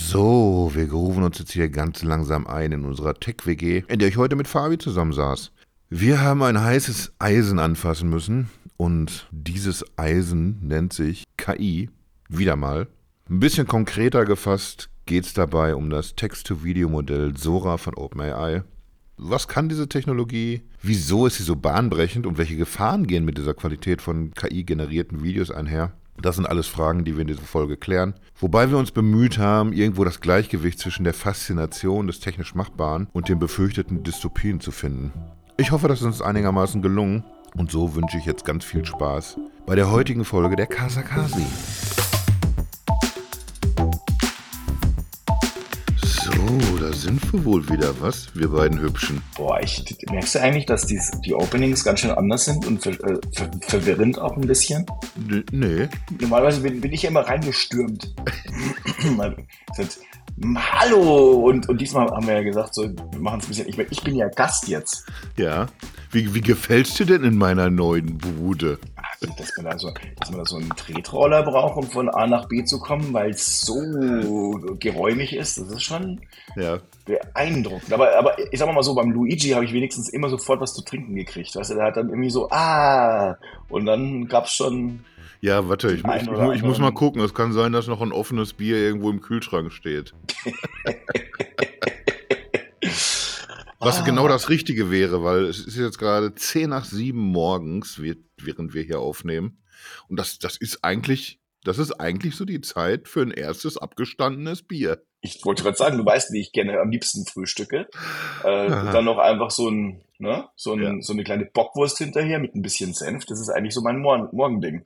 So, wir grooven uns jetzt hier ganz langsam ein in unserer Tech-WG, in der ich heute mit Fabi zusammensaß. Wir haben ein heißes Eisen anfassen müssen und dieses Eisen nennt sich KI. Wieder mal. Ein bisschen konkreter gefasst geht es dabei um das Text-to-Video-Modell Sora von OpenAI. Was kann diese Technologie? Wieso ist sie so bahnbrechend und welche Gefahren gehen mit dieser Qualität von KI-generierten Videos einher? Das sind alles Fragen, die wir in dieser Folge klären. Wobei wir uns bemüht haben, irgendwo das Gleichgewicht zwischen der Faszination des technisch Machbaren und den befürchteten Dystopien zu finden. Ich hoffe, das ist uns einigermaßen gelungen. Und so wünsche ich jetzt ganz viel Spaß bei der heutigen Folge der Kasakasi. So, da sind wir wohl wieder, was? Wir beiden Hübschen. Boah, merkst du eigentlich, dass die Openings ganz schön anders sind und verwirrend auch ein bisschen? Nee. Normalerweise bin ich ja immer reingestürmt. Hallo! Und diesmal haben wir ja gesagt, so, wir machen es ein bisschen. Ich bin ja Gast jetzt. Ja. Wie gefällt's dir denn in meiner neuen Bude? Ach, dass man da so einen Tretroller braucht, um von A nach B zu kommen, weil es so geräumig ist, das ist schon beeindruckend. Aber ich sag mal so, beim Luigi habe ich wenigstens immer sofort was zu trinken gekriegt. Weißt du, der hat dann irgendwie so, und dann gab's schon. Ja, warte, ich muss mal gucken. Es kann sein, dass noch ein offenes Bier irgendwo im Kühlschrank steht. Was genau das Richtige wäre, weil es ist jetzt gerade 7:10 morgens, während wir hier aufnehmen. Und das ist eigentlich so die Zeit für ein erstes abgestandenes Bier. Ich wollte gerade sagen, du weißt, wie ich gerne am liebsten frühstücke. Dann noch einfach so eine kleine Bockwurst hinterher mit ein bisschen Senf. Das ist eigentlich so mein Morgending.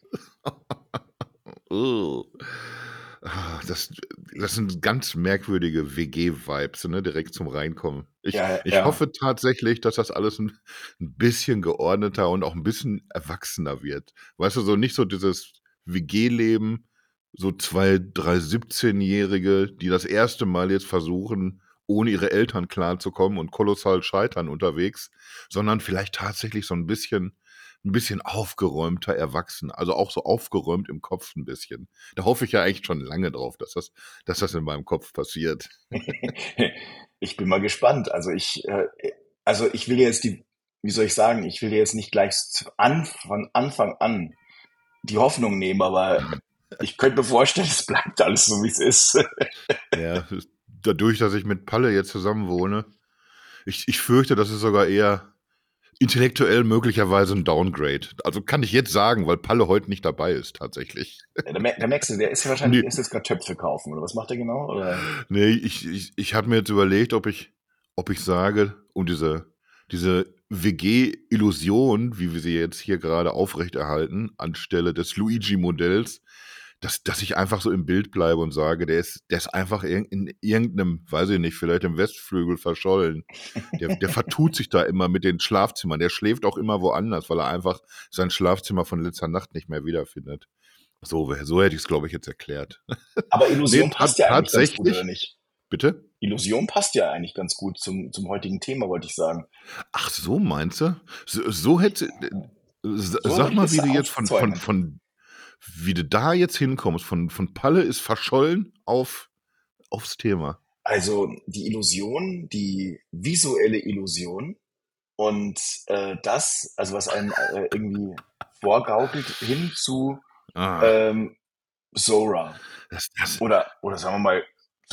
Das sind ganz merkwürdige WG-Vibes, ne, direkt zum Reinkommen. Ich hoffe tatsächlich, dass das alles ein bisschen geordneter und auch ein bisschen erwachsener wird. Weißt du, so nicht so dieses WG-Leben, so 2, 3 17-Jährige, die das erste Mal jetzt versuchen, ohne ihre Eltern klarzukommen und kolossal scheitern unterwegs, sondern vielleicht tatsächlich so ein bisschen aufgeräumter erwachsen, also auch so aufgeräumt im Kopf ein bisschen. Da hoffe ich ja eigentlich schon lange drauf, dass das in meinem Kopf passiert. Ich bin mal gespannt. Also ich will jetzt wie soll ich sagen, ich will jetzt nicht gleich von Anfang an die Hoffnung nehmen, aber ich könnte mir vorstellen, es bleibt alles so, wie es ist. Ja, dadurch, dass ich mit Palle jetzt zusammen wohne, ich fürchte, das ist sogar eher intellektuell möglicherweise ein Downgrade. Also kann ich jetzt sagen, weil Palle heute nicht dabei ist, tatsächlich. Da merkst du, der ist ja wahrscheinlich, ist jetzt gerade Töpfe kaufen, oder was macht er genau? Oder? Nee, ich habe mir jetzt überlegt, ob ich sage, um diese WG-Illusion, wie wir sie jetzt hier gerade aufrechterhalten, anstelle des Luigi-Modells, dass ich einfach so im Bild bleibe und sage, der ist einfach in irgendeinem, weiß ich nicht, vielleicht im Westflügel verschollen. Der vertut sich da immer mit den Schlafzimmern. Der schläft auch immer woanders, weil er einfach sein Schlafzimmer von letzter Nacht nicht mehr wiederfindet. So hätte ich es, glaube ich, jetzt erklärt. Aber Illusion passt ja eigentlich ganz gut, oder tatsächlich. nicht? Bitte? Illusion passt ja eigentlich ganz gut zum heutigen Thema, wollte ich sagen. Ach so, meinst du? So hätte. So Sag würde ich mal, das wie du jetzt aufzäumen. wie du da jetzt hinkommst. Von Palle ist verschollen aufs Thema. Also die Illusion, die visuelle Illusion und also was einem irgendwie vorgaukelt, hin zu Ah, ähm, Sora. das, Oder sagen wir mal,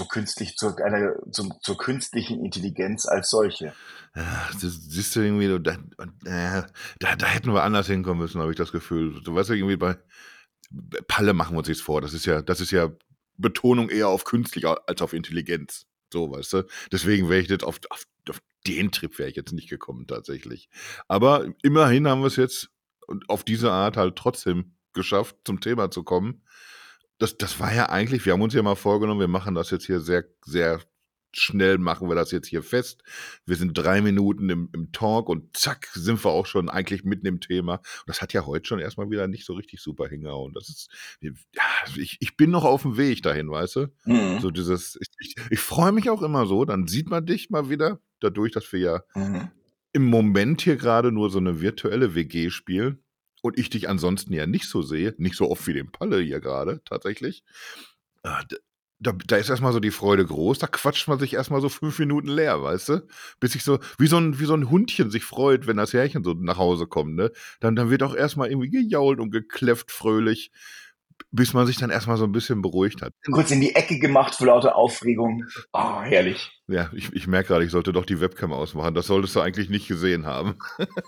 zur künstlichen Intelligenz als solche. das siehst du irgendwie, da hätten wir anders hinkommen müssen, habe ich das Gefühl. Du weißt ja, irgendwie bei Palle machen wir uns nichts vor. Das ist ja Betonung eher auf künstlich als auf Intelligenz. So, weißt du? Deswegen wäre ich jetzt auf den Trip wäre ich jetzt nicht gekommen, tatsächlich. Aber immerhin haben wir es jetzt auf diese Art halt trotzdem geschafft, zum Thema zu kommen. Das war ja eigentlich, wir haben uns ja mal vorgenommen, wir machen das jetzt hier sehr, sehr schnell, machen wir das jetzt hier fest. Wir sind 3 Minuten im Talk und zack, sind wir auch schon eigentlich mitten im Thema. Und das hat ja heute schon erstmal wieder nicht so richtig super hingehauen. Das ist, ja, ich bin noch auf dem Weg dahin, weißt du? Mhm. So dieses, ich freue mich auch immer so, dann sieht man dich mal wieder, dadurch, dass wir ja Mhm. im Moment hier gerade nur so eine virtuelle WG spielen und ich dich ansonsten ja nicht so sehe, nicht so oft wie den Palle hier gerade tatsächlich. Da ist erstmal so die Freude groß, da quatscht man sich erstmal so 5 Minuten leer, weißt du? Bis sich so, wie so ein Hundchen sich freut, wenn das Härchen so nach Hause kommt, ne? Dann wird auch erstmal irgendwie gejault und gekläfft fröhlich, bis man sich dann erstmal so ein bisschen beruhigt hat. Kurz in die Ecke gemacht vor lauter Aufregung. Oh, herrlich. Ja, ich merke gerade, ich sollte doch die Webcam ausmachen. Das solltest du eigentlich nicht gesehen haben.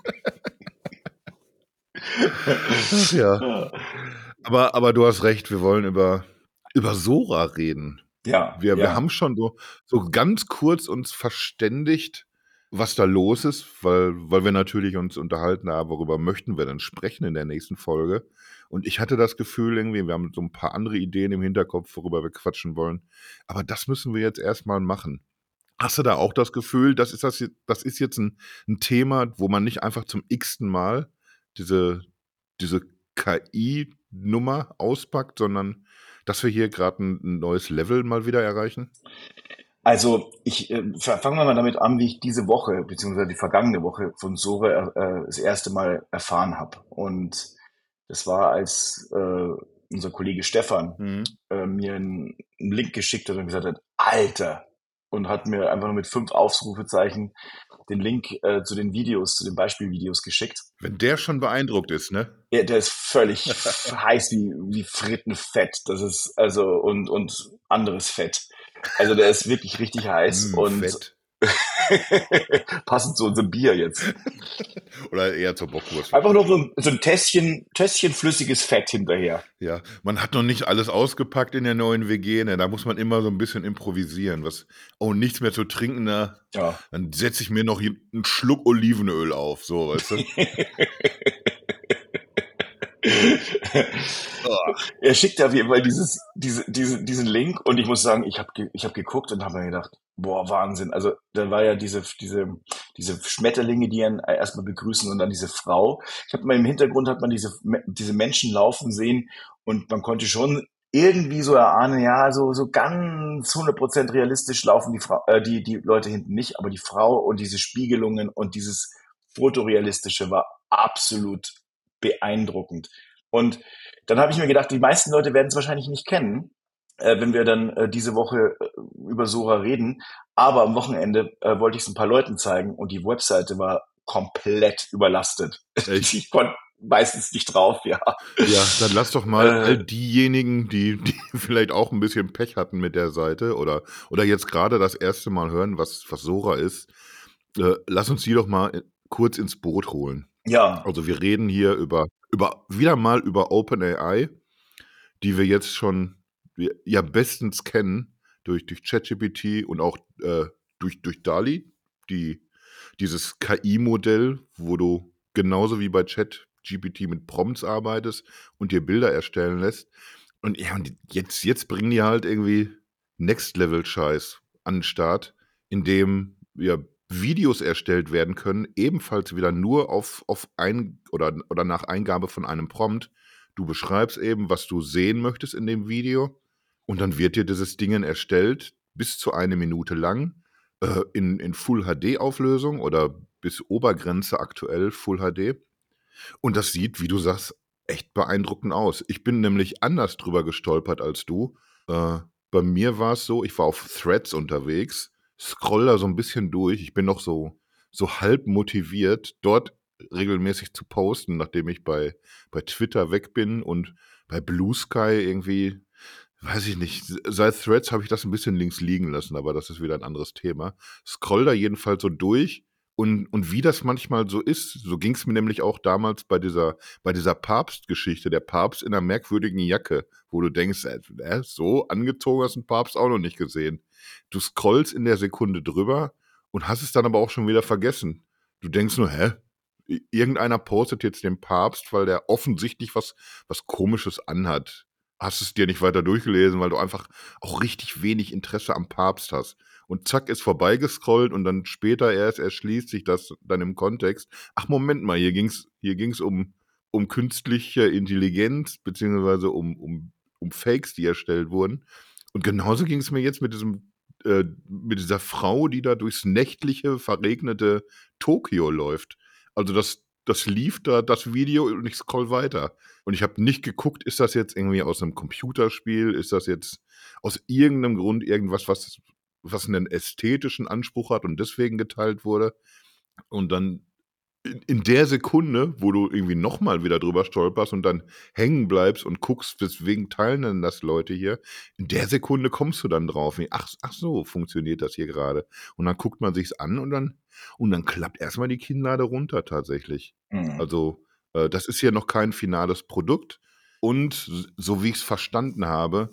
Ach ja. Aber du hast recht, wir wollen über Sora reden. Ja, Wir ja. haben schon so ganz kurz uns verständigt, was da los ist, weil wir natürlich uns unterhalten haben, worüber möchten wir denn sprechen in der nächsten Folge. Und ich hatte das Gefühl irgendwie, wir haben so ein paar andere Ideen im Hinterkopf, worüber wir quatschen wollen. Aber das müssen wir jetzt erstmal machen. Hast du da auch das Gefühl, das ist jetzt ein Thema, wo man nicht einfach zum x-ten Mal diese KI-Nummer auspackt, sondern dass wir hier gerade ein neues Level mal wieder erreichen? Also fangen wir mal damit an, wie ich diese Woche, beziehungsweise die vergangene Woche von Sora das erste Mal erfahren habe. Und das war, als unser Kollege Stefan Mhm. mir einen Link geschickt hat und gesagt hat, Alter, und hat mir einfach nur mit 5 Ausrufezeichen den Link zu den Videos, zu den Beispielvideos geschickt. Wenn der schon beeindruckt ist, ne? Der ist völlig heiß wie Frittenfett. Das ist also und anderes Fett. Also der ist wirklich richtig heiß und Fett. passend zu unserem Bier jetzt. Oder eher zur Bockwurst. Einfach noch so ein Tässchen flüssiges Fett hinterher. Ja, man hat noch nicht alles ausgepackt in der neuen WG, ne? Da muss man immer so ein bisschen improvisieren. Nichts mehr zu trinken, na, Ja. dann setze ich mir noch einen Schluck Olivenöl auf, so, weißt du? Er schickt auf jeden Fall diesen Link und ich muss sagen, ich hab geguckt und habe mir gedacht, boah, Wahnsinn. Also da war ja diese Schmetterlinge, die ihn erstmal begrüßen und dann diese Frau. Ich habe mal im Hintergrund hat man diese Menschen laufen sehen und man konnte schon irgendwie so erahnen, ja, so ganz 100% realistisch laufen die Leute hinten nicht, aber die Frau und diese Spiegelungen und dieses Fotorealistische war absolut beeindruckend. Und dann habe ich mir gedacht, die meisten Leute werden es wahrscheinlich nicht kennen, wenn wir dann diese Woche über Sora reden. Aber am Wochenende wollte ich es ein paar Leuten zeigen und die Webseite war komplett überlastet. Echt? Ich konnte meistens nicht drauf, ja. Ja, dann lass doch mal all diejenigen, die vielleicht auch ein bisschen Pech hatten mit der Seite oder jetzt gerade das erste Mal hören, was Sora ist, lass uns die doch mal kurz ins Boot holen. Ja, Also wir reden hier wieder mal über OpenAI, die wir jetzt schon ja bestens kennen durch ChatGPT und auch durch DALL-E, dieses KI-Modell, wo du genauso wie bei ChatGPT mit Prompts arbeitest und dir Bilder erstellen lässt. Und ja, und jetzt bringen die halt irgendwie Next-Level-Scheiß an den Start, in dem ja Videos erstellt werden können, ebenfalls wieder nur auf oder nach Eingabe von einem Prompt. Du beschreibst eben, was du sehen möchtest in dem Video und dann wird dir dieses Ding erstellt, bis zu 1 Minute lang, in Full HD-Auflösung oder bis Obergrenze aktuell Full HD. Und das sieht, wie du sagst, echt beeindruckend aus. Ich bin nämlich anders drüber gestolpert als du. Bei mir war es so, ich war auf Threads unterwegs, scroll da so ein bisschen durch. Ich bin noch so halb motiviert, dort regelmäßig zu posten, nachdem ich bei Twitter weg bin und bei Blue Sky irgendwie, weiß ich nicht, seit Threads habe ich das ein bisschen links liegen lassen, aber das ist wieder ein anderes Thema. Scroll da jedenfalls so durch und wie das manchmal so ist, so ging es mir nämlich auch damals bei dieser Papstgeschichte, der Papst in einer merkwürdigen Jacke, wo du denkst, so angezogen hast du einen Papst auch noch nicht gesehen. Du scrollst in der Sekunde drüber und hast es dann aber auch schon wieder vergessen. Du denkst nur, irgendeiner postet jetzt den Papst, weil der offensichtlich was Komisches anhat. Hast es dir nicht weiter durchgelesen, weil du einfach auch richtig wenig Interesse am Papst hast. Und zack, ist vorbeigescrollt und dann später erst erschließt sich das dann im Kontext. Ach, Moment mal, hier ging's um künstliche Intelligenz, beziehungsweise um Fakes, die erstellt wurden. Und genauso ging es mir jetzt mit mit dieser Frau, die da durchs nächtliche, verregnete Tokio läuft. Also das lief da, das Video, und ich scroll weiter. Und ich habe nicht geguckt, ist das jetzt irgendwie aus einem Computerspiel? Ist das jetzt aus irgendeinem Grund irgendwas, was einen ästhetischen Anspruch hat und deswegen geteilt wurde. Und dann in der Sekunde, wo du irgendwie nochmal wieder drüber stolperst und dann hängen bleibst und guckst, weswegen teilen denn das Leute hier, in der Sekunde kommst du dann drauf. Ach so, funktioniert das hier gerade. Und dann guckt man sich's an und dann klappt erstmal die Kinnlade runter tatsächlich. Mhm. Also, das ist hier noch kein finales Produkt. Und so wie ich es verstanden habe,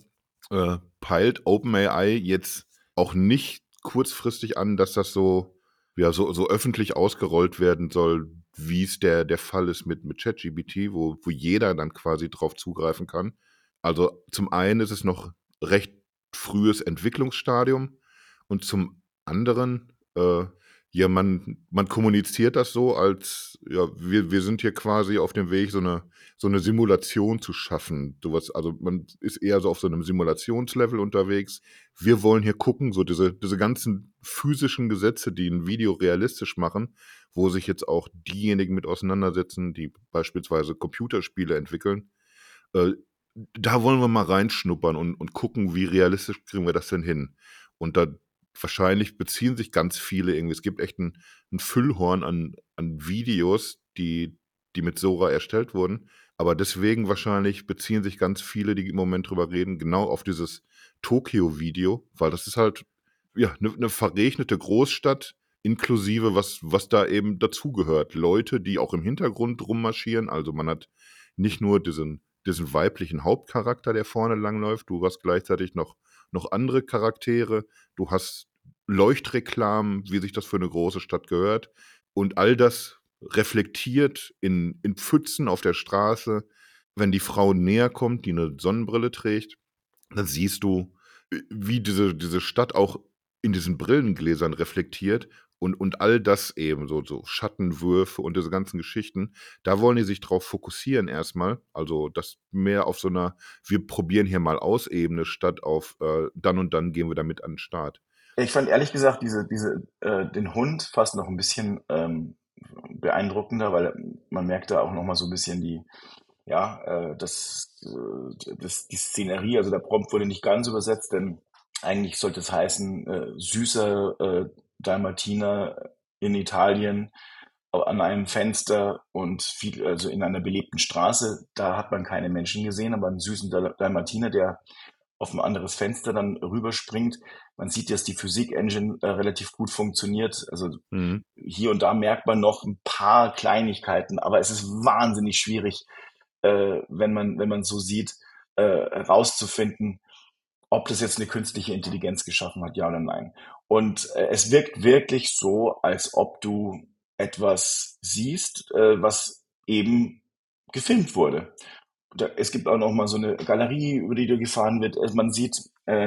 peilt OpenAI jetzt auch nicht kurzfristig an, dass das so öffentlich ausgerollt werden soll, wie es der Fall ist mit ChatGPT, wo jeder dann quasi drauf zugreifen kann. Also zum einen ist es noch recht frühes Entwicklungsstadium und zum anderen, ja, man kommuniziert das so, als ja, wir sind hier quasi auf dem Weg, so eine Simulation zu schaffen. Sowas, also man ist eher so auf so einem Simulationslevel unterwegs. Wir wollen hier gucken, so diese ganzen physischen Gesetze, die ein Video realistisch machen, wo sich jetzt auch diejenigen mit auseinandersetzen, die beispielsweise Computerspiele entwickeln. Äh, Da wollen wir mal reinschnuppern und gucken, wie realistisch kriegen wir das denn hin. Und da wahrscheinlich beziehen sich ganz viele irgendwie. Es gibt echt ein Füllhorn an Videos, die mit Sora erstellt wurden. Aber deswegen wahrscheinlich beziehen sich ganz viele, die im Moment drüber reden, genau auf dieses Tokio-Video, weil das ist halt ja eine verregnete Großstadt, inklusive was da eben dazugehört. Leute, die auch im Hintergrund rummarschieren. Also man hat nicht nur diesen weiblichen Hauptcharakter, der vorne langläuft, du hast gleichzeitig noch andere Charaktere, du hast Leuchtreklamen, wie sich das für eine große Stadt gehört. Und all das reflektiert in Pfützen auf der Straße. Wenn die Frau näher kommt, die eine Sonnenbrille trägt, dann siehst du, wie diese Stadt auch in diesen Brillengläsern reflektiert und all das eben, so Schattenwürfe und diese ganzen Geschichten, da wollen die sich drauf fokussieren erstmal. Also das mehr auf so einer „Wir probieren hier mal aus“ Ebene statt auf, „Dann und dann gehen wir damit an 'n Start“. Ich fand ehrlich gesagt den Hund fast noch ein bisschen beeindruckender, weil man merkt da auch noch mal so ein bisschen die Szenerie, also der Prompt wurde nicht ganz übersetzt, denn eigentlich sollte es heißen, süßer Dalmatiner in Italien an einem Fenster und also in einer belebten Straße. Da hat man keine Menschen gesehen, aber einen süßen Dalmatiner, der auf ein anderes Fenster dann rüberspringt. Man sieht, dass die Physik-Engine relativ gut funktioniert. Also Mhm. hier und da merkt man noch ein paar Kleinigkeiten, aber es ist wahnsinnig schwierig, wenn man so sieht, herauszufinden, ob das jetzt eine künstliche Intelligenz geschaffen hat, ja oder nein. Und es wirkt wirklich so, als ob du etwas siehst, was eben gefilmt wurde. Es gibt auch noch mal so eine Galerie, über die da gefahren wird. Man sieht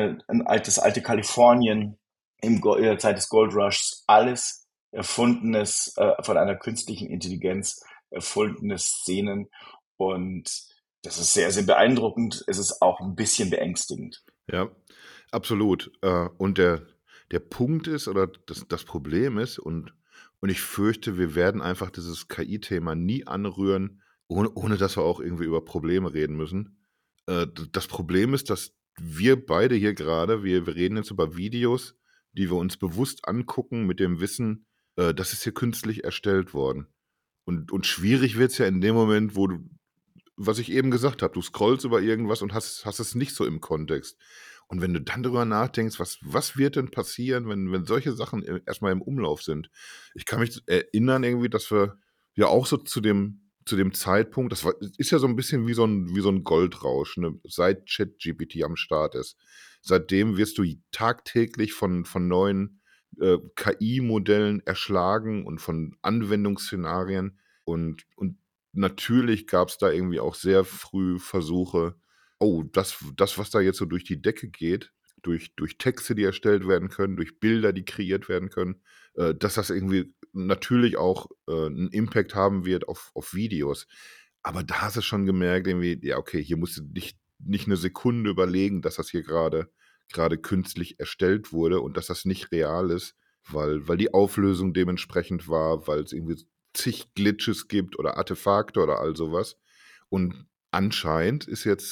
das alte Kalifornien in der Zeit des Gold Rushs. Alles erfundenes, von einer künstlichen Intelligenz erfundene Szenen. Und das ist sehr, sehr beeindruckend. Es ist auch ein bisschen beängstigend. Ja, absolut. Und der Punkt ist oder das Problem ist und ich fürchte, wir werden einfach dieses KI-Thema nie anrühren, ohne dass wir auch irgendwie über Probleme reden müssen. Das Problem ist, dass wir beide hier gerade, wir reden jetzt über Videos, die wir uns bewusst angucken mit dem Wissen, das ist hier künstlich erstellt worden. Und schwierig wird's ja in dem Moment, wo du was ich eben gesagt habe, du scrollst über irgendwas und hast es nicht so im Kontext. Und wenn du dann drüber nachdenkst, was wird denn passieren, wenn solche Sachen erst mal im Umlauf sind? Ich kann mich erinnern irgendwie, dass wir ja auch so zu dem Zeitpunkt, das ist ja so ein bisschen wie so ein Goldrausch, ne, seit ChatGPT am Start ist. Seitdem wirst du tagtäglich von neuen, KI-Modellen erschlagen und von Anwendungsszenarien und natürlich gab es da irgendwie auch sehr früh Versuche, oh, das, was da jetzt so durch die Decke geht, durch Texte, die erstellt werden können, durch Bilder, die kreiert werden können, dass das irgendwie natürlich auch 'n Impact haben wird auf Videos. Aber da hast du schon gemerkt irgendwie, ja, okay, hier musst du nicht eine Sekunde überlegen, dass das hier gerade künstlich erstellt wurde und dass das nicht real ist, weil die Auflösung dementsprechend war, weil es irgendwie zig Glitches gibt oder Artefakte oder all sowas. Und anscheinend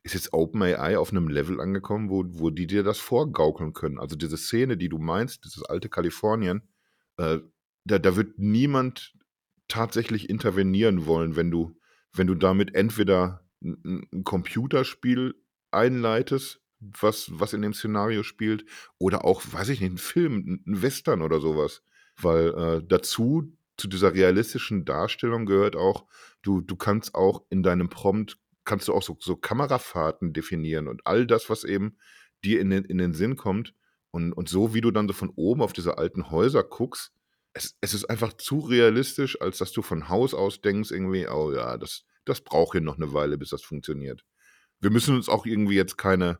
ist jetzt OpenAI auf einem Level angekommen, wo die dir das vorgaukeln können. Also diese Szene, die du meinst, dieses alte Kalifornien, äh, da wird niemand tatsächlich intervenieren wollen, wenn du damit entweder ein Computerspiel einleitest, was in dem Szenario spielt, oder auch, weiß ich nicht, 'n Film, ein Western oder sowas. Weil, zu dieser realistischen Darstellung gehört auch, du kannst auch in deinem Prompt kannst du auch so Kamerafahrten definieren und all das, was eben dir in den Sinn kommt. Und so wie du dann so von oben auf diese alten Häuser guckst, es ist einfach zu realistisch, als dass du von Haus aus denkst irgendwie: „Oh ja, das braucht hier noch eine Weile, bis das funktioniert.“ Wir müssen uns auch irgendwie jetzt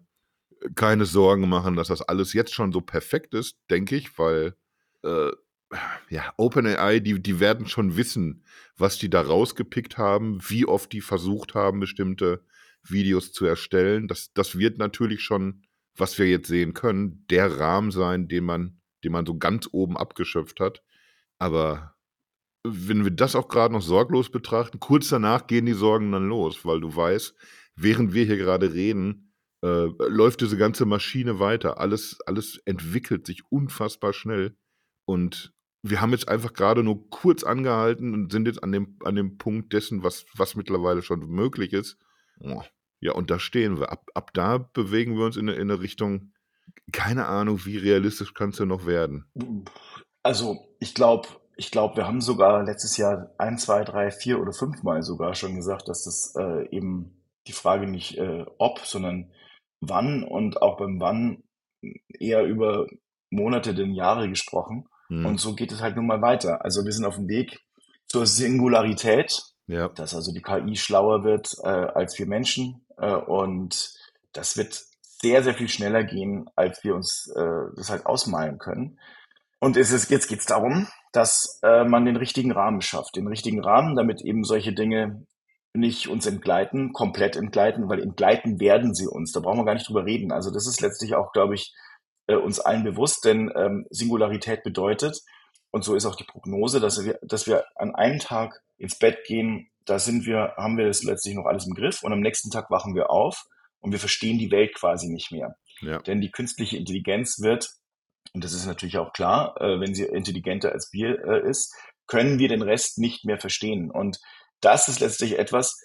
keine Sorgen machen, dass das alles jetzt schon so perfekt ist, denke ich, weil, äh, ja, OpenAI, die werden schon wissen, was die da rausgepickt haben, wie oft die versucht haben, bestimmte Videos zu erstellen. Das wird natürlich schon, was wir jetzt sehen können, der Rahmen sein, den man so ganz oben abgeschöpft hat. Aber wenn wir das auch gerade noch sorglos betrachten, kurz danach gehen die Sorgen dann los, weil du weißt, während wir hier gerade reden, läuft diese ganze Maschine weiter. Alles entwickelt sich unfassbar schnell. Und wir haben jetzt einfach gerade nur kurz angehalten und sind jetzt an dem Punkt dessen, was mittlerweile schon möglich ist. Oh, ja, und da stehen wir. Ab da bewegen wir uns in eine Richtung, keine Ahnung, wie realistisch kann es denn noch werden? Also, ich glaube, wir haben sogar letztes Jahr ein, 2, 3, 4 oder 5 Mal sogar schon gesagt, dass das eben die Frage nicht ob, sondern wann, und auch beim Wann eher über Monate denn Jahre gesprochen. Und Hm, so geht es halt nun mal weiter. Also wir sind auf dem Weg zur Singularität, ja, dass also die KI schlauer wird als wir Menschen. Und das wird sehr, sehr viel schneller gehen, als wir uns das halt ausmalen können. Und jetzt geht es darum, dass man den richtigen Rahmen schafft. Den richtigen Rahmen, damit eben solche Dinge nicht uns entgleiten, komplett entgleiten, weil entgleiten werden sie uns. Da brauchen wir gar nicht drüber reden. Also das ist letztlich auch, glaube ich, uns allen bewusst, denn Singularität bedeutet, und so ist auch die Prognose, dass wir an einem Tag ins Bett gehen, haben wir das letztlich noch alles im Griff, und am nächsten Tag wachen wir auf und wir verstehen die Welt quasi nicht mehr. ja. Denn die künstliche Intelligenz wird, und das ist natürlich auch klar, wenn sie intelligenter als wir ist, können wir den Rest nicht mehr verstehen. Und das ist letztlich etwas,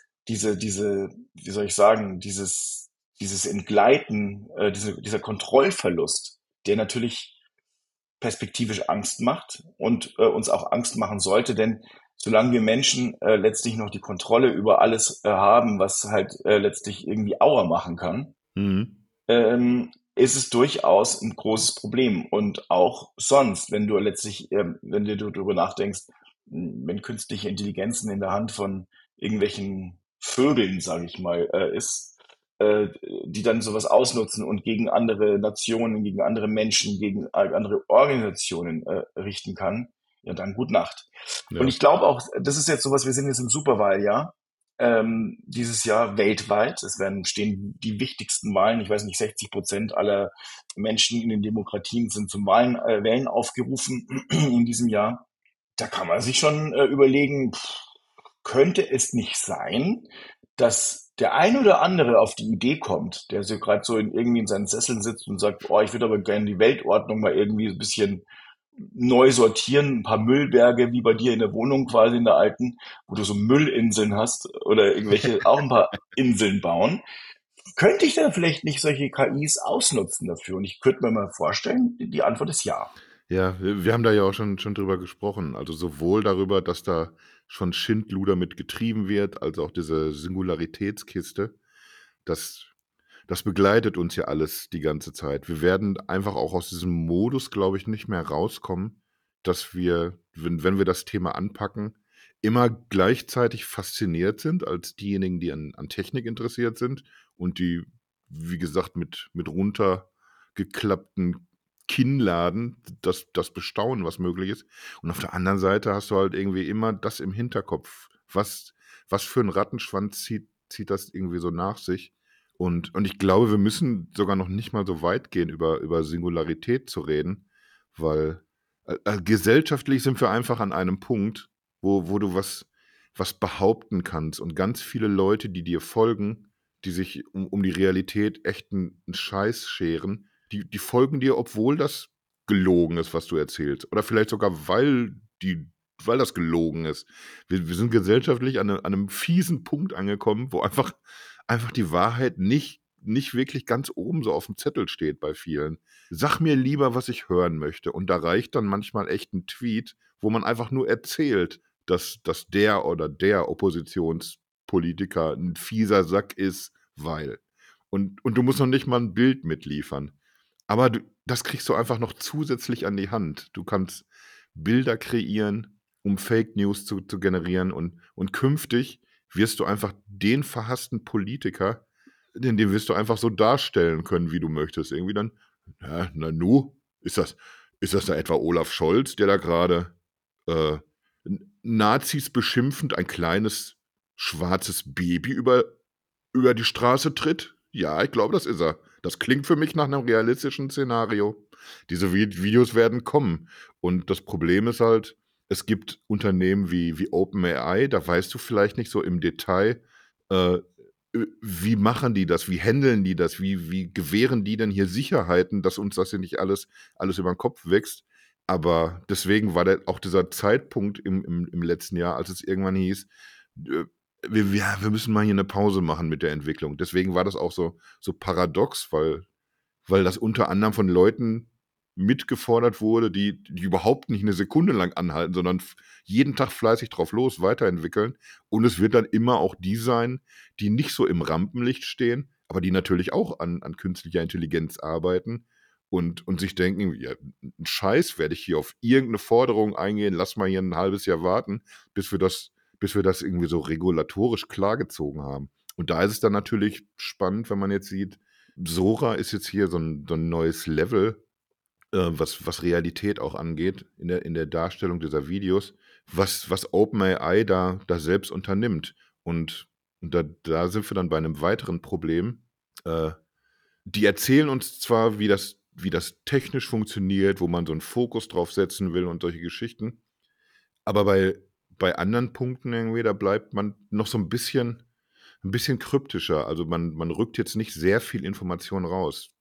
wie soll ich sagen, dieses Entgleiten, dieser Kontrollverlust, der natürlich perspektivisch Angst macht und uns auch Angst machen sollte, denn solange wir Menschen letztlich noch die Kontrolle über alles haben, was halt letztlich irgendwie Aua machen kann, Mhm. ist es durchaus ein großes Problem. Und auch sonst, wenn du letztlich, wenn du darüber nachdenkst, wenn künstliche Intelligenzen in der Hand von irgendwelchen Vögeln, sage ich mal, ist, äh, die dann sowas ausnutzen und gegen andere Nationen, gegen andere Menschen, gegen andere Organisationen richten kann, ja dann gut Nacht. Und Ja. ich glaube auch, das ist jetzt sowas, wir sind jetzt im Superwahljahr, dieses Jahr weltweit. Stehen die wichtigsten Wahlen. Ich weiß nicht, 60% aller Menschen in den Demokratien sind zum Wählen aufgerufen in diesem Jahr. Da kann man sich schon überlegen, könnte es nicht sein, dass der ein oder andere auf die Idee kommt, der so gerade so irgendwie in seinen Sesseln sitzt und sagt, oh, ich würde aber gerne die Weltordnung mal irgendwie ein bisschen neu sortieren, ein paar Müllberge wie bei dir in der Wohnung quasi in der alten, wo du so Müllinseln hast oder irgendwelche auch ein paar Inseln bauen. Könnte ich da vielleicht nicht solche KIs ausnutzen dafür? Und ich könnte mir mal vorstellen, die Antwort ist ja. Ja, wir haben da ja auch schon drüber gesprochen. Also sowohl darüber, dass da schon Schindluder mit getrieben wird, als auch diese Singularitätskiste. Das das begleitet uns ja alles die ganze Zeit. Wir werden einfach auch aus diesem Modus, glaube ich, nicht mehr rauskommen, dass wir, wenn wir das Thema anpacken, immer gleichzeitig fasziniert sind als diejenigen, die an Technik interessiert sind und die, wie gesagt, mit runtergeklappten Kinnladen das bestaunen, was möglich ist. Und auf der anderen Seite hast du halt irgendwie immer das im Hinterkopf. Was für ein Rattenschwanz zieht das irgendwie so nach sich? Und ich glaube, wir müssen sogar noch nicht mal so weit gehen, über Singularität zu reden, weil gesellschaftlich sind wir einfach an einem Punkt, wo du was behaupten kannst und ganz viele Leute, die dir folgen, die sich um die Realität echt einen Scheiß scheren, die folgen dir, obwohl das gelogen ist, was du erzählst. Oder vielleicht sogar, weil das gelogen ist. Wir sind gesellschaftlich an einem fiesen Punkt angekommen, wo einfach die Wahrheit nicht wirklich ganz oben so auf dem Zettel steht bei vielen. Sag mir lieber, was ich hören möchte. Und da reicht dann manchmal echt ein Tweet, wo man einfach nur erzählt, dass der oder der Oppositionspolitiker ein fieser Sack ist, weil. Und du musst noch nicht mal ein Bild mitliefern. Aber das kriegst du einfach noch zusätzlich an die Hand. Du kannst Bilder kreieren, um Fake News zu generieren. Und künftig wirst du einfach den verhassten Politiker, den wirst du einfach so darstellen können, wie du möchtest. Irgendwie dann, na nu, ist das da etwa Olaf Scholz, der da gerade äh, Nazis beschimpfend ein kleines schwarzes Baby über die Straße tritt? Ja, ich glaube, das ist er. Das klingt für mich nach einem realistischen Szenario. Diese Videos werden kommen. Und das Problem ist halt, es gibt Unternehmen wie OpenAI, da weißt du vielleicht nicht so im Detail, äh, wie machen die das, wie handeln die das, wie gewähren die denn hier Sicherheiten, dass uns das hier nicht alles über den Kopf wächst. Aber deswegen war auch dieser Zeitpunkt im letzten Jahr, als es irgendwann hieß, wir müssen mal hier eine Pause machen mit der Entwicklung. Deswegen war das auch so paradox, weil das unter anderem von Leuten mitgefordert wurde, die überhaupt nicht eine Sekunde lang anhalten, sondern jeden Tag fleißig drauf los, weiterentwickeln. Und es wird dann immer auch die sein, die nicht so im Rampenlicht stehen, aber die natürlich auch an künstlicher Intelligenz arbeiten und sich denken, ja, ein Scheiß, werde ich hier auf irgendeine Forderung eingehen, lass mal hier ein halbes Jahr warten, bis wir das irgendwie so regulatorisch klargezogen haben. Und da ist es dann natürlich spannend, wenn man jetzt sieht, Sora ist jetzt hier so ein neues Level, was Realität auch angeht, in der Darstellung dieser Videos, was OpenAI da selbst unternimmt. Und da sind wir dann bei einem weiteren Problem. Äh, Die erzählen uns zwar, wie das technisch funktioniert, wo man so einen Fokus drauf setzen will und solche Geschichten, aber bei anderen Punkten irgendwie, da bleibt man noch so ein bisschen kryptischer. Also man rückt jetzt nicht sehr viel Information raus.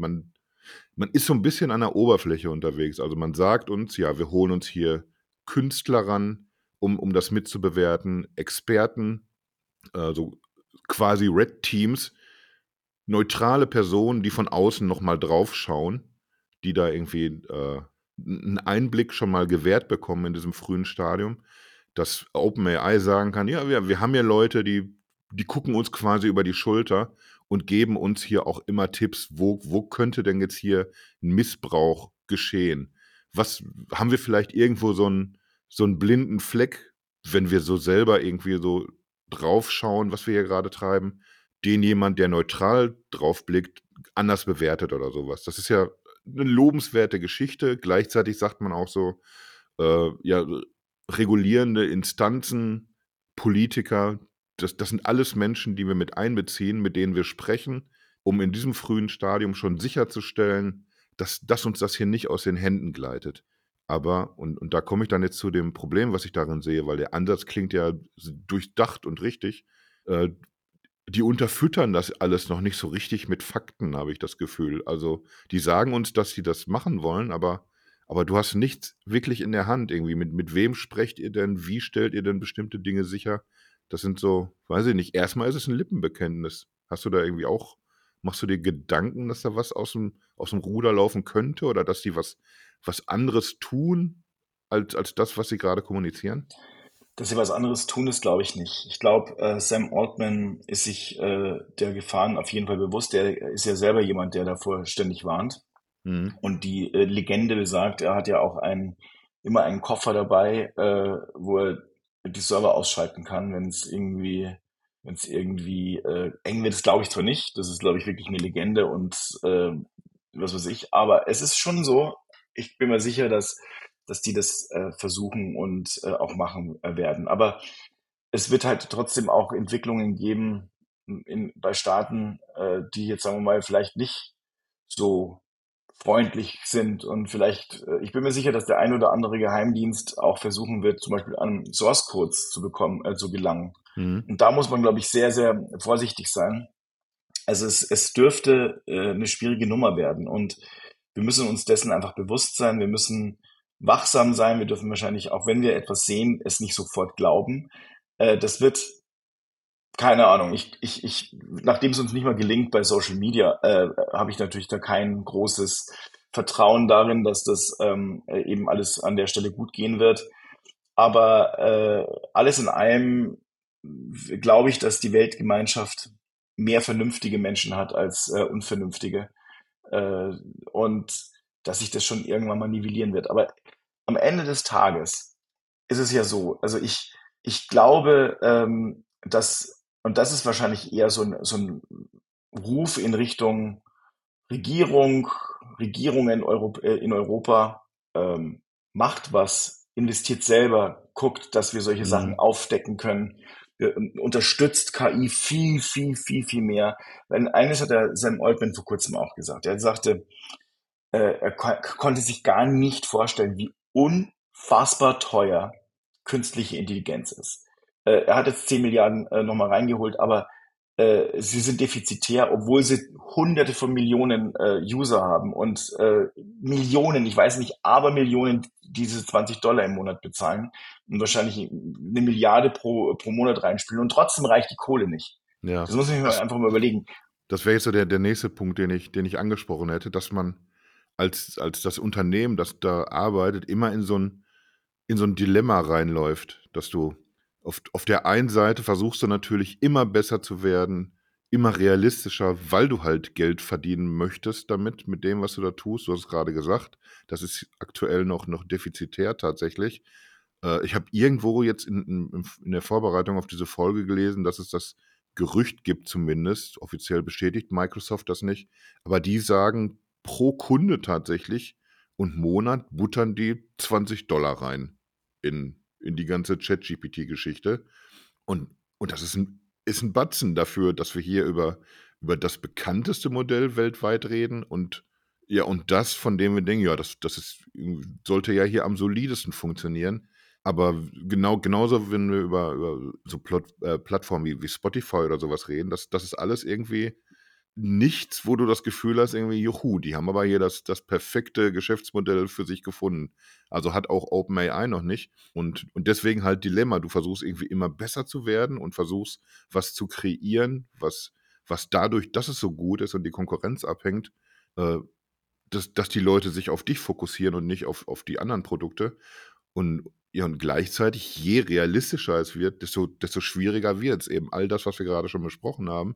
Man ist so ein bisschen an der Oberfläche unterwegs. Also man sagt uns, ja, wir holen uns hier Künstler ran, um das mitzubewerten, Experten, so quasi Red Teams, neutrale Personen, die von außen nochmal drauf schauen, die da irgendwie einen Einblick schon mal gewährt bekommen in diesem frühen Stadium, dass OpenAI sagen kann, ja, wir haben ja Leute, die gucken uns quasi über die Schulter und geben uns hier auch immer Tipps, wo könnte denn jetzt hier ein Missbrauch geschehen? Was haben wir vielleicht irgendwo so einen blinden Fleck, wenn wir so selber irgendwie so draufschauen, was wir hier gerade treiben, den jemand, der neutral drauf blickt, anders bewertet oder sowas. Das ist ja eine lobenswerte Geschichte. Gleichzeitig sagt man auch so, ja, regulierende Instanzen, Politiker, das sind alles Menschen, die wir mit einbeziehen, mit denen wir sprechen, um in diesem frühen Stadium schon sicherzustellen, dass uns das hier nicht aus den Händen gleitet. Aber, und da komme ich dann jetzt zu dem Problem, was ich darin sehe, weil der Ansatz klingt ja durchdacht und richtig. Äh, Die unterfüttern das alles noch nicht so richtig mit Fakten, habe ich das Gefühl. Also, die sagen uns, dass sie das machen wollen, aber du hast nichts wirklich in der Hand irgendwie. Mit wem sprecht ihr denn? Wie stellt ihr denn bestimmte Dinge sicher? Das sind so, weiß ich nicht, erstmal ist es ein Lippenbekenntnis. Hast du da irgendwie auch, machst du dir Gedanken, dass da was aus dem Ruder laufen könnte oder dass die was anderes tun als das, was sie gerade kommunizieren? Dass sie was anderes tun, ist glaube ich nicht. Ich glaube, Sam Altman ist sich der Gefahren auf jeden Fall bewusst. Der ist ja selber jemand, der davor ständig warnt. Mhm. Und die Legende besagt, er hat ja auch immer einen Koffer dabei, wo er die Server ausschalten kann, wenn es irgendwie eng wird. Das glaube ich zwar nicht. Das ist, glaube ich, wirklich eine Legende und was weiß ich. Aber es ist schon so. Ich bin mir sicher, dass die das versuchen und auch machen werden. Aber es wird halt trotzdem auch Entwicklungen geben bei Staaten, die jetzt, sagen wir mal, vielleicht nicht so freundlich sind und vielleicht, ich bin mir sicher, dass der ein oder andere Geheimdienst auch versuchen wird, zum Beispiel an Source Codes zu gelangen. Mhm. Und da muss man, glaube ich, sehr, sehr vorsichtig sein, Also es dürfte eine schwierige Nummer werden und wir müssen uns dessen einfach bewusst sein. Wir müssen wachsam sein. Wir dürfen wahrscheinlich, auch wenn wir etwas sehen, es nicht sofort glauben. Das wird, keine Ahnung, nachdem es uns nicht mal gelingt bei Social Media, habe ich natürlich da kein großes Vertrauen darin, dass das eben alles an der Stelle gut gehen wird. Aber alles in allem glaube ich, dass die Weltgemeinschaft mehr vernünftige Menschen hat als unvernünftige. Äh, und dass sich das schon irgendwann mal nivellieren wird. Aber am Ende des Tages ist es ja so, also ich glaube, und das ist wahrscheinlich eher so ein Ruf in Richtung Regierung, Regierungen in Europa, macht was, investiert selber, guckt, dass wir solche Sachen Mhm. aufdecken können, unterstützt KI viel, viel, viel, viel mehr. Wenn eines hat der Sam Altman vor kurzem auch gesagt. Er sagte, er konnte sich gar nicht vorstellen, wie unfassbar teuer künstliche Intelligenz ist. Er hat jetzt 10 Milliarden nochmal reingeholt, aber sie sind defizitär, obwohl sie hunderte von Millionen User haben und Millionen, ich weiß nicht, aber Millionen diese $20 im Monat bezahlen und wahrscheinlich 1 Milliarde pro Monat reinspielen und trotzdem reicht die Kohle nicht. Ja, Das muss man sich das, einfach mal überlegen. das wäre jetzt so der nächste Punkt, den ich angesprochen hätte, dass man als das Unternehmen, das da arbeitet, immer in so ein Dilemma reinläuft, dass du auf der einen Seite versuchst du natürlich immer besser zu werden, immer realistischer, weil du halt Geld verdienen möchtest damit, mit dem, was du da tust. Du hast es gerade gesagt, das ist aktuell noch defizitär tatsächlich. Ich habe irgendwo jetzt in der Vorbereitung auf diese Folge gelesen, dass es das Gerücht gibt zumindest, offiziell bestätigt Microsoft das nicht, aber die sagen pro Kunde tatsächlich und Monat buttern die $20 rein in die ganze ChatGPT-Geschichte. Und das ist ein Batzen dafür, dass wir hier über das bekannteste Modell weltweit reden und ja, und das, von dem wir denken, ja, sollte ja hier am solidesten funktionieren. Aber genauso, wenn wir über so Plattformen wie Spotify oder sowas reden, das ist alles irgendwie nichts, wo du das Gefühl hast, irgendwie, juhu, die haben aber hier das perfekte Geschäftsmodell für sich gefunden. Also hat auch OpenAI noch nicht. Und deswegen halt Dilemma. Du versuchst irgendwie immer besser zu werden und versuchst was zu kreieren, was dadurch, dass es so gut ist und die Konkurrenz abhängt, äh, dass die Leute sich auf dich fokussieren und nicht auf die anderen Produkte. Und ja, und gleichzeitig, je realistischer es wird, desto schwieriger wird es. Eben all das, was wir gerade schon besprochen haben.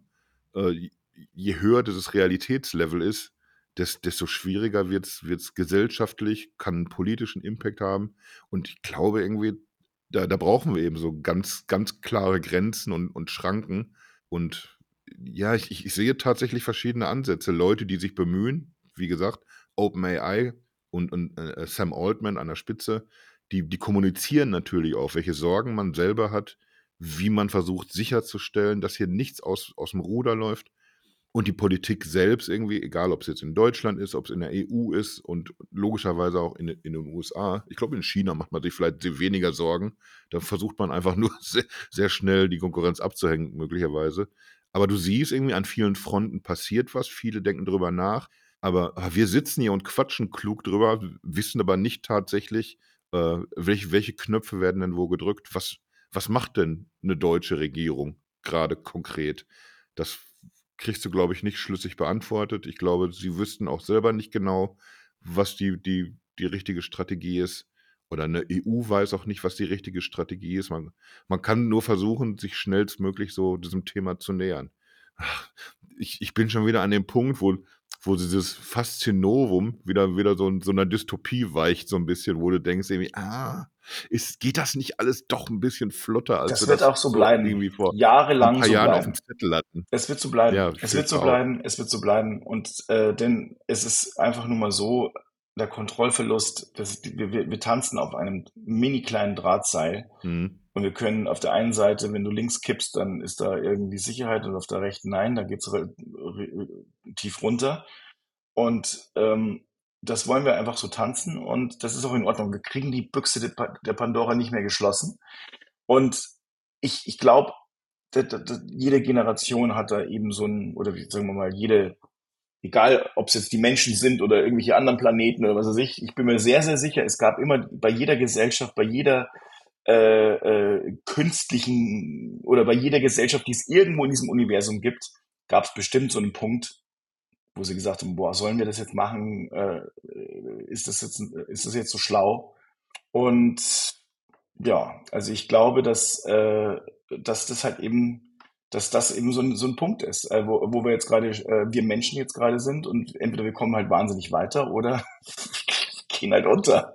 Je höher dieses Realitätslevel ist, desto schwieriger wird es gesellschaftlich, kann einen politischen Impact haben. Und ich glaube irgendwie, da brauchen wir eben so ganz, ganz klare Grenzen und Schranken. Und ja, ich sehe tatsächlich verschiedene Ansätze. Leute, die sich bemühen, wie gesagt, OpenAI und Sam Altman an der Spitze, die kommunizieren natürlich auch, welche Sorgen man selber hat, wie man versucht sicherzustellen, dass hier nichts aus dem Ruder läuft. Und die Politik selbst irgendwie, egal ob es jetzt in Deutschland ist, ob es in der EU ist und logischerweise auch in den USA. Ich glaube, in China macht man sich vielleicht weniger Sorgen. Da versucht man einfach nur sehr, sehr schnell die Konkurrenz abzuhängen, möglicherweise. Aber du siehst irgendwie, an vielen Fronten passiert was. Viele denken drüber nach. Aber wir sitzen hier und quatschen klug drüber, wissen aber nicht tatsächlich, welche Knöpfe werden denn wo gedrückt. Was macht denn eine deutsche Regierung gerade konkret? Das kriegst du, glaube ich, nicht schlüssig beantwortet. Ich glaube, sie wüssten auch selber nicht genau, was die richtige Strategie ist. Oder eine EU weiß auch nicht, was die richtige Strategie ist. Man kann nur versuchen, sich schnellstmöglich so diesem Thema zu nähern. Ach, ich bin schon wieder an dem Punkt, wo dieses Faszinovum wieder so einer Dystopie weicht, so ein bisschen, wo du denkst irgendwie, geht das nicht alles doch ein bisschen flotter, als wir Das wird das auch so so bleiben. irgendwie vor ein Jahrelang paar so Jahren auf dem bleiben. Zettel hatten? Es wird so bleiben. Ja, ich Es wird fürchte so auch. bleiben. Es wird so bleiben. Und denn es ist einfach nur mal so, der Kontrollverlust, wir tanzen auf einem mini kleinen Drahtseil. Mhm. Und wir können auf der einen Seite, wenn du links kippst, dann ist da irgendwie Sicherheit und auf der rechten nein, dann geht's tief runter. Und das wollen wir einfach so tanzen und das ist auch in Ordnung. Wir kriegen die Büchse der Pandora nicht mehr geschlossen. Und ich glaube, jede Generation hat da eben so ein, oder sagen wir mal, egal ob es jetzt die Menschen sind oder irgendwelche anderen Planeten oder was weiß ich bin mir sehr, sehr sicher, es gab immer bei jeder Gesellschaft, bei jeder künstlichen oder bei jeder Gesellschaft, die es irgendwo in diesem Universum gibt, gab es bestimmt so einen Punkt, wo sie gesagt haben, boah, sollen wir das jetzt machen? Ist das jetzt so schlau? Und ja, also ich glaube, dass das halt eben, dass das eben so ein Punkt ist, wo wir jetzt gerade, wir Menschen jetzt gerade sind und entweder wir kommen halt wahnsinnig weiter oder gehen halt unter.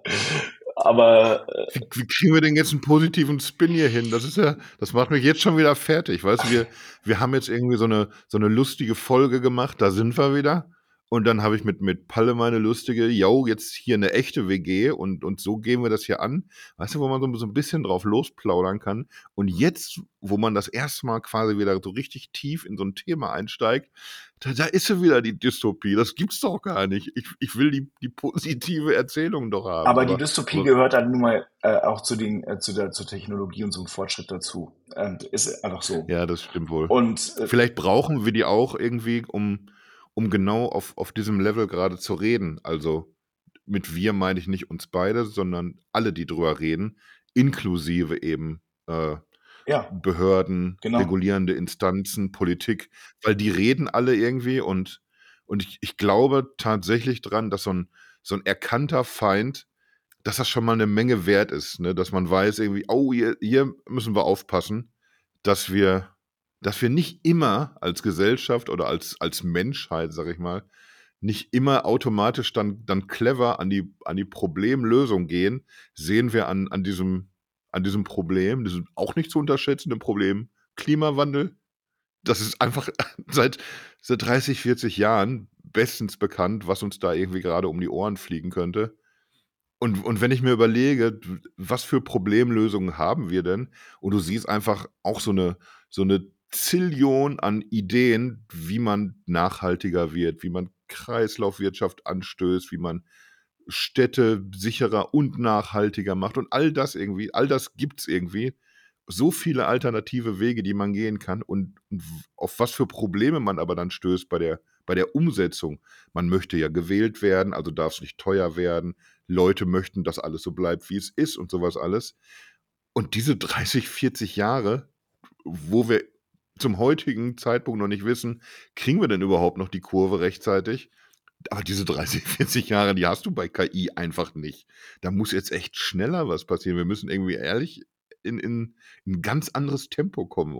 Aber Wie kriegen wir denn jetzt einen positiven Spin hier hin? Das macht mich jetzt schon wieder fertig. Weißt du, wir haben jetzt irgendwie so eine lustige Folge gemacht, da sind wir wieder. Und dann habe ich mit Palle meine lustige, jetzt hier eine echte WG und so gehen wir das hier an. Weißt du, wo man so ein bisschen drauf losplaudern kann. Und jetzt, wo man das erste Mal quasi wieder so richtig tief in so ein Thema einsteigt, da ist sie wieder, die Dystopie. Das gibt's doch gar nicht. Ich will die positive Erzählung doch haben. Aber die Dystopie gehört halt nun mal auch zur Technologie und zum Fortschritt dazu. Ist einfach so. Ja, das stimmt wohl. Und Vielleicht brauchen wir die auch irgendwie, um genau auf diesem Level gerade zu reden. Also mit wir meine ich nicht uns beide, sondern alle, die drüber reden, inklusive eben ja, Behörden, genau. regulierende Instanzen, Politik, weil die reden alle irgendwie und ich glaube tatsächlich dran, dass so ein erkannter Feind, dass das schon mal eine Menge wert ist, ne? Dass man weiß irgendwie, oh, hier müssen wir aufpassen, dass wir nicht immer als Gesellschaft oder als Menschheit, sag ich mal, nicht immer automatisch dann clever an die Problemlösung gehen, sehen wir an diesem Problem, diesem auch nicht zu unterschätzenden Problem Klimawandel. Das ist einfach seit 30, 40 Jahren bestens bekannt, was uns da irgendwie gerade um die Ohren fliegen könnte. Und wenn ich mir überlege, was für Problemlösungen haben wir denn? Und du siehst einfach auch so eine Zillion an Ideen, wie man nachhaltiger wird, wie man Kreislaufwirtschaft anstößt, wie man Städte sicherer und nachhaltiger macht und all das gibt's irgendwie. So viele alternative Wege, die man gehen kann und auf was für Probleme man aber dann stößt bei der Umsetzung. Man möchte ja gewählt werden, also darf es nicht teuer werden. Leute möchten, dass alles so bleibt, wie es ist und sowas alles. Und diese 30, 40 Jahre, wo wir zum heutigen Zeitpunkt noch nicht wissen, kriegen wir denn überhaupt noch die Kurve rechtzeitig? Aber diese 30, 40 Jahre, die hast du bei KI einfach nicht. Da muss jetzt echt schneller was passieren. Wir müssen irgendwie ehrlich in ein ganz anderes Tempo kommen,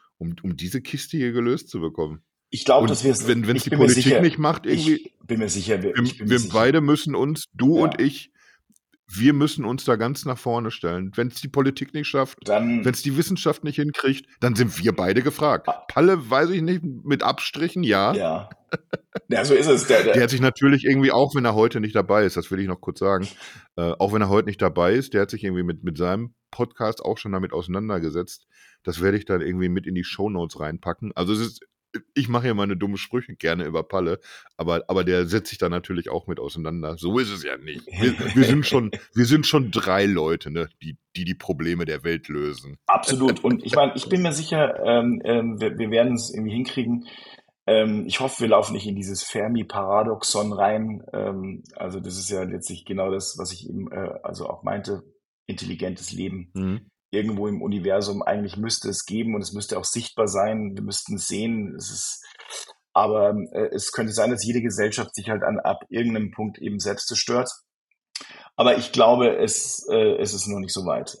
um diese Kiste hier gelöst zu bekommen. ich glaube, Und dass wir es, wenn es ich die bin mir Politik sicher, nicht macht, irgendwie, ich bin mir sicher, wir, ich bin mir wir sicher. beide müssen uns, du und Ja, ich, wir müssen uns da ganz nach vorne stellen. Wenn es die Politik nicht schafft, wenn dann, es die Wissenschaft nicht hinkriegt, dann sind wir beide gefragt. Palle, weiß ich nicht, mit Abstrichen, ja. ja. Ja, so ist es. Der hat sich natürlich irgendwie, auch wenn er heute nicht dabei ist, das will ich noch kurz sagen, auch wenn er heute nicht dabei ist, der hat sich irgendwie mit seinem Podcast auch schon damit auseinandergesetzt. Das werde ich dann irgendwie mit in die Shownotes reinpacken. Also ich mache ja meine dummen Sprüche gerne über Palle, aber der setzt sich da natürlich auch mit auseinander. So ist es ja nicht. Wir sind schon 3 Leute, ne, die Probleme der Welt lösen. Absolut. Und ich meine, ich bin mir sicher, wir werden es irgendwie hinkriegen. Ich hoffe, wir laufen nicht in dieses Fermi-Paradoxon rein. Also das ist ja letztlich genau das, was ich eben also auch meinte, intelligentes Leben. Mhm. Irgendwo im Universum eigentlich müsste es geben und es müsste auch sichtbar sein. Wir müssten es sehen. Aber es könnte sein, dass jede Gesellschaft sich halt ab irgendeinem Punkt eben selbst zerstört. Aber ich glaube, es ist noch nicht so weit.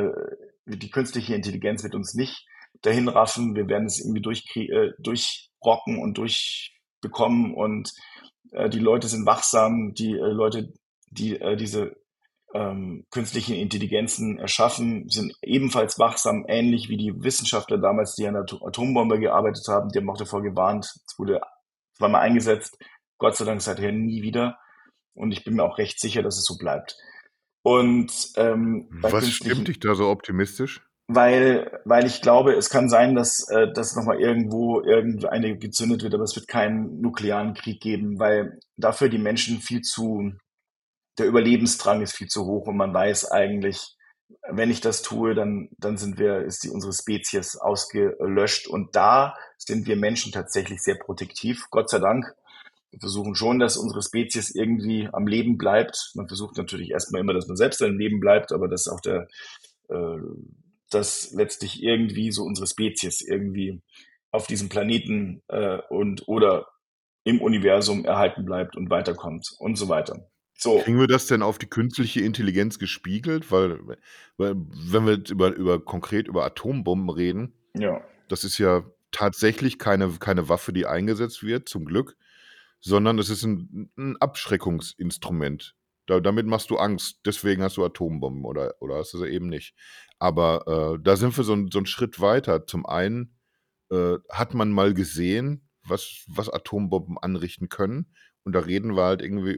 Die künstliche Intelligenz wird uns nicht dahin raffen. Wir werden es irgendwie durchrocken und durchbekommen. Und die Leute sind wachsam. Die Leute, die diese künstlichen Intelligenzen erschaffen, sind ebenfalls wachsam, ähnlich wie die Wissenschaftler damals, die an der Atombombe gearbeitet haben. Die haben auch davor gewarnt. Es wurde zweimal eingesetzt. Gott sei Dank seither nie wieder. Und ich bin mir auch recht sicher, dass es so bleibt. Und bei Was stimmt dich da so optimistisch? weil ich glaube, es kann sein, dass nochmal irgendeine gezündet wird, aber es wird keinen nuklearen Krieg geben, weil dafür die Menschen der Überlebensdrang ist viel zu hoch und man weiß eigentlich, wenn ich das tue, dann ist unsere Spezies ausgelöscht. Und da sind wir Menschen tatsächlich sehr protektiv, Gott sei Dank. Wir versuchen schon, dass unsere Spezies irgendwie am Leben bleibt. Man versucht natürlich erstmal immer, dass man selbst am Leben bleibt, aber dass auch äh, dass letztlich irgendwie so unsere Spezies irgendwie auf diesem Planeten und oder im Universum erhalten bleibt und weiterkommt und so weiter. So, Kriegen wir das denn auf die künstliche Intelligenz gespiegelt? Weil wenn wir jetzt konkret über Atombomben reden, ja. das ist ja tatsächlich keine Waffe, die eingesetzt wird, zum Glück, sondern es ist ein Abschreckungsinstrument. Damit machst du Angst, deswegen hast du Atombomben oder hast du sie eben nicht. Aber, da sind wir so 'n Schritt weiter. Zum einen, hat man mal gesehen, was Atombomben anrichten können, und da reden wir halt irgendwie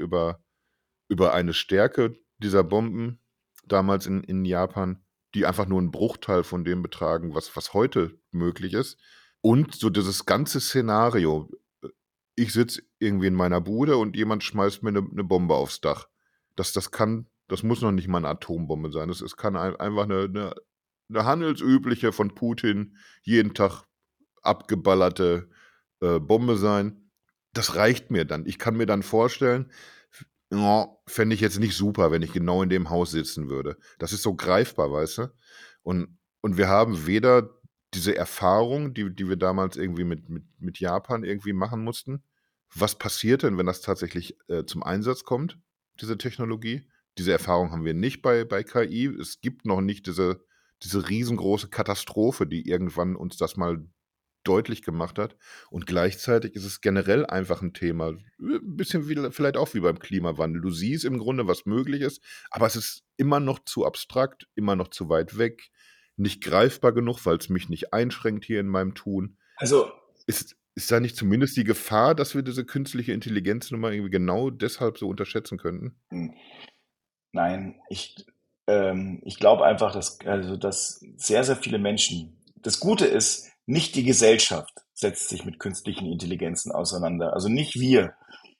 über eine Stärke dieser Bomben damals in Japan, die einfach nur 'n Bruchteil von dem betragen, was heute möglich ist. Und so dieses ganze Szenario: Ich sitze irgendwie in meiner Bude und jemand schmeißt mir 'ne Bombe aufs Dach. Das muss noch nicht mal 'ne Atombombe sein. Es kann einfach 'ne handelsübliche, von Putin jeden Tag abgeballerte, Bombe sein. Das reicht mir dann. Ich kann mir dann vorstellen, ja, fände ich jetzt nicht super, wenn ich genau in dem Haus sitzen würde. Das ist so greifbar, weißt du? Und wir haben weder diese Erfahrung, die wir damals irgendwie mit Japan irgendwie machen mussten. Was passiert denn, wenn das tatsächlich, zum Einsatz kommt, diese Technologie? Diese Erfahrung haben wir nicht bei KI. Es gibt noch nicht diese riesengroße Katastrophe, die irgendwann uns das mal deutlich gemacht hat. Und gleichzeitig ist es generell einfach ein Thema, 'n bisschen wie vielleicht auch wie beim Klimawandel. Du siehst im Grunde, was möglich ist, aber es ist immer noch zu abstrakt, immer noch zu weit weg, nicht greifbar genug, weil es mich nicht einschränkt hier in meinem Tun. Also, Ist da nicht zumindest die Gefahr, dass wir diese künstliche Intelligenz nun mal irgendwie genau deshalb so unterschätzen könnten? hm, nein, ich glaube einfach, dass sehr, sehr viele Menschen, das Gute ist, nicht die Gesellschaft setzt sich mit künstlichen Intelligenzen auseinander. Also nicht wir,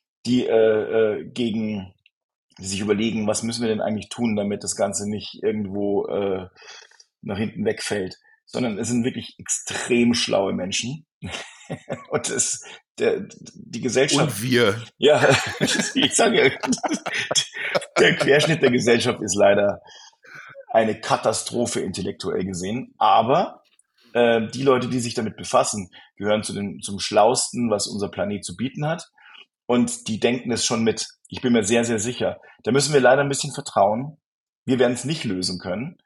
die sich überlegen, was müssen wir denn eigentlich tun, damit das Ganze nicht irgendwo nach hinten wegfällt, sondern es sind wirklich extrem schlaue Menschen. Und die Und Gesellschaft, wir. ja, ich sage ja, der Querschnitt der Gesellschaft ist leider eine Katastrophe intellektuell gesehen. Aber die Leute, die sich damit befassen, gehören zum Schlausten, was unser Planet zu bieten hat. Und die denken es schon mit. Ich bin mir sehr, sehr sicher. Da müssen wir leider ein bisschen vertrauen. Wir werden es nicht lösen können.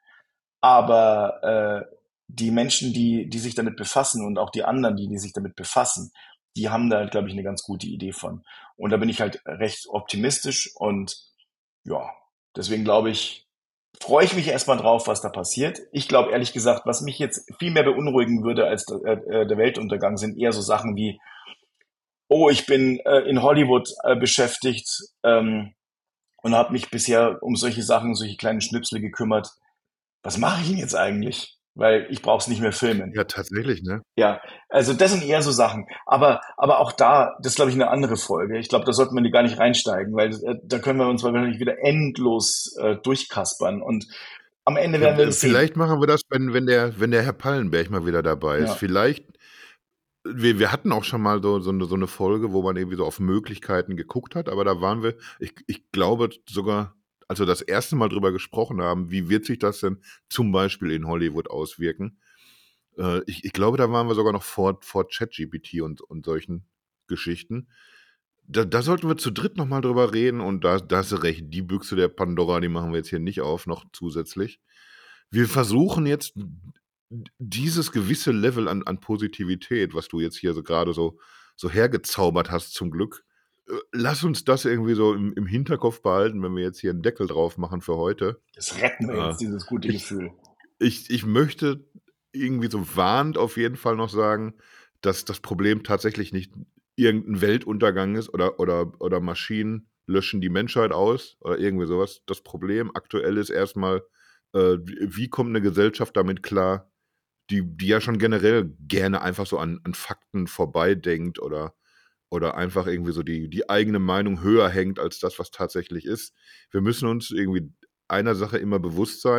Aber die Menschen, die sich damit befassen und auch die anderen, die sich damit befassen, die haben da, glaube ich, eine ganz gute Idee von. Und da bin ich halt recht optimistisch und ja, deswegen glaube ich, freue ich mich erstmal drauf, was da passiert. Ich glaube ehrlich gesagt, was mich jetzt viel mehr beunruhigen würde als der Weltuntergang, sind eher so Sachen wie, oh, ich bin in Hollywood beschäftigt und habe mich bisher um solche Sachen, solche kleinen Schnipsel gekümmert. Was mache ich denn jetzt eigentlich? Weil ich brauche es nicht mehr filmen. Ja, tatsächlich, ne? Ja, also das sind eher so Sachen. Aber auch da, das ist, glaube ich, eine andere Folge. Ich glaube, da sollten wir gar nicht reinsteigen, weil da können wir uns wahrscheinlich wieder endlos durchkaspern. Und am Ende Ja, werden wir es sehen. vielleicht machen wir das, wenn der Herr Pallenberg mal wieder dabei ist. Ja. Vielleicht wir hatten auch schon mal so 'ne Folge, wo man irgendwie so auf Möglichkeiten geguckt hat, aber da waren wir, ich glaube sogar, als wir das erste Mal drüber gesprochen haben, wie wird sich das denn zum Beispiel in Hollywood auswirken? Ich glaube, da waren wir sogar noch vor ChatGPT und solchen Geschichten. Da sollten wir zu dritt noch mal drüber reden, und da hast du recht, die Büchse der Pandora, die machen wir jetzt hier nicht auf, noch zusätzlich. Wir versuchen jetzt dieses gewisse Level an Positivität, was du jetzt hier so grade so hergezaubert hast, zum Glück. Lass uns das irgendwie so im Hinterkopf behalten, wenn wir jetzt hier 'n Deckel drauf machen für heute. Das retten wir Äh, jetzt, dieses gute ich Gefühl. ich möchte irgendwie so warnend auf jeden Fall noch sagen, dass das Problem tatsächlich nicht irgendein Weltuntergang ist oder Maschinen löschen die Menschheit aus oder irgendwie sowas. Das Problem aktuell ist erstmal, wie kommt eine Gesellschaft damit klar, die ja schon generell gerne einfach so an Fakten vorbeidenkt oder einfach irgendwie so die eigene Meinung höher hängt als das, was tatsächlich ist. Wir müssen uns irgendwie einer Sache immer bewusst sein: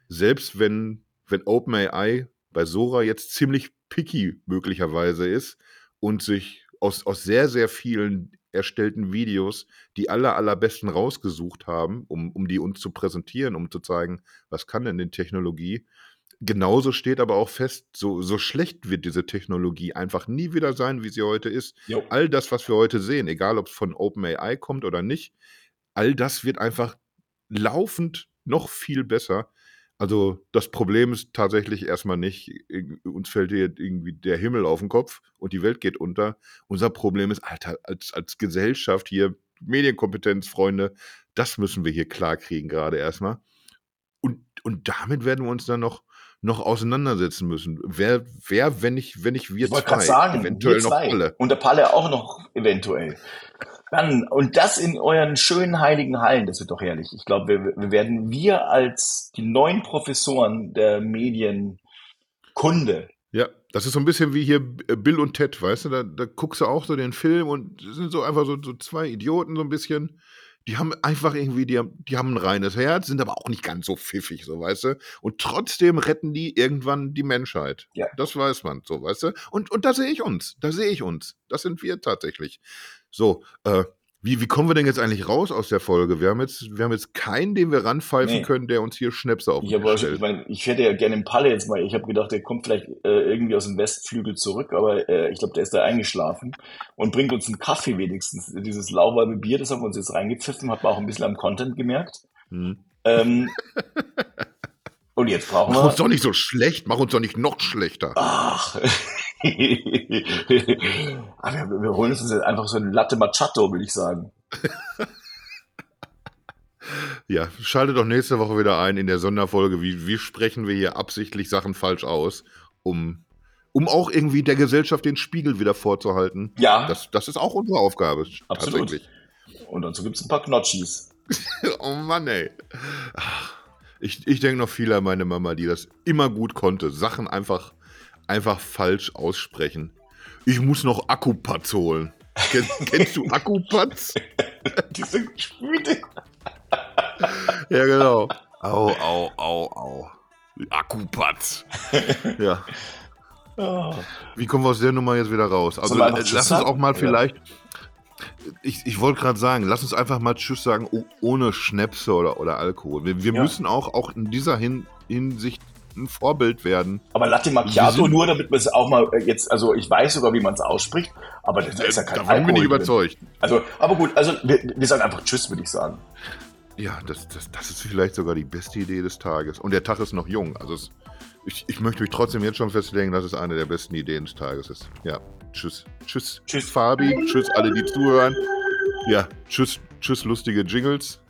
selbst wenn OpenAI bei Sora jetzt ziemlich picky möglicherweise ist und sich aus sehr, sehr vielen erstellten Videos die allerbesten rausgesucht haben, um die uns zu präsentieren, um zu zeigen, was kann denn die Technologie. Genauso steht aber auch fest, so schlecht wird diese Technologie einfach nie wieder sein, wie sie heute ist. Jo. All das, was wir heute sehen, egal ob es von OpenAI kommt oder nicht, all das wird einfach laufend noch viel besser. Also das Problem ist tatsächlich erstmal nicht, uns fällt hier irgendwie der Himmel auf den Kopf und die Welt geht unter. Unser Problem ist, Alter, als Gesellschaft hier, Medienkompetenz, Freunde, das müssen wir hier klarkriegen gerade erstmal. Und damit werden wir uns dann noch auseinandersetzen müssen. Wer, wenn nicht wir ich zwei, gerade sagen, eventuell wir zwei. noch Palle. Und der Palle auch noch eventuell. Dann, und das in euren schönen heiligen Hallen, das wird doch herrlich. Ich glaube, wir als die neuen Professoren der Medienkunde. Ja, das ist so ein bisschen wie hier Bill und Ted, weißt du, da guckst du auch so den Film und es sind so einfach so zwei Idioten so ein bisschen. Die haben einfach irgendwie, die haben ein reines Herz, sind aber auch nicht ganz so pfiffig, so, weißt du. Und trotzdem retten die irgendwann die Menschheit. Ja. Das weiß man, so, weißt du. Und da sehe ich uns. Das sind wir tatsächlich. So, wie kommen wir denn jetzt eigentlich raus aus der Folge? Wir haben jetzt keinen, den wir ranpfeifen können, der uns hier Schnäpse auf den Tisch stellt. Ich hätte ja gerne den Palle jetzt mal. Ich habe gedacht, der kommt vielleicht irgendwie aus dem Westflügel zurück, aber ich glaube, der ist da eingeschlafen und bringt uns einen Kaffee wenigstens. Dieses lauwarme Bier, das haben wir uns jetzt reingepfiffen, hat man auch ein bisschen am Content gemerkt. Und jetzt brauchen wir... Mach uns doch nicht so schlecht, mach uns doch nicht noch schlechter. Ach... Aber wir holen uns jetzt einfach so ein Latte Macchiato, würde ich sagen. Ja, schaltet doch nächste Woche wieder ein in der Sonderfolge. Wie sprechen wir hier absichtlich Sachen falsch aus, um auch irgendwie der Gesellschaft den Spiegel wieder vorzuhalten. Ja. Das ist auch unsere Aufgabe. Absolut. Tatsächlich. Und dazu gibt es ein paar Knotschis. Oh Mann, ey. Ich denke noch viel an meine Mama, die das immer gut konnte. Sachen einfach falsch aussprechen. Ich muss noch Akkupatz holen. Kennst du Akkupatz? Die sind Sprüte. Ja, genau. Au. Akkupatz. Ja. Oh. Wie kommen wir aus der Nummer jetzt wieder raus? Also lass uns auch mal vielleicht... Ich wollte gerade sagen, lass uns einfach mal Tschüss sagen, ohne Schnäpse oder Alkohol. Wir müssen auch in dieser Hinsicht ein Vorbild werden. Aber Latte Macchiato nur, damit man es auch mal jetzt, also ich weiß sogar, wie man es ausspricht, aber das ist ja kein Alkohol. Da bin ich überzeugt. Also, aber gut, also wir sagen einfach Tschüss, würde ich sagen. Ja, das ist vielleicht sogar die beste Idee des Tages. Und der Tag ist noch jung. Also ich möchte mich trotzdem jetzt schon festlegen, dass es eine der besten Ideen des Tages ist. Ja, tschüss. Tschüss, Fabi. Tschüss, alle, die zuhören. Ja, tschüss, lustige Jingles.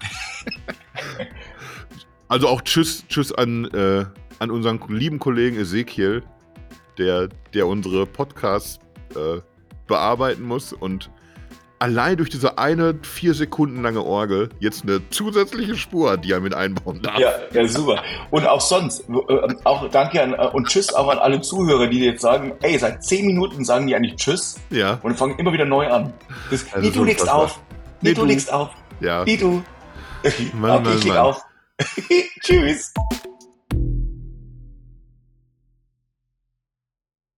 Also auch tschüss an unseren lieben Kollegen Ezekiel, der unsere Podcasts bearbeiten muss und allein durch diese 4 Sekunden lange Orgel jetzt eine zusätzliche Spur hat, die er mit einbauen darf. Ja, super. Und auch sonst, auch danke und tschüss auch an alle Zuhörer, die jetzt sagen, ey, seit 10 Minuten sagen die eigentlich tschüss und fangen immer wieder neu an. Du legst auf. Du legst auf. Ja. Du. Ich leg auf. Tschüss.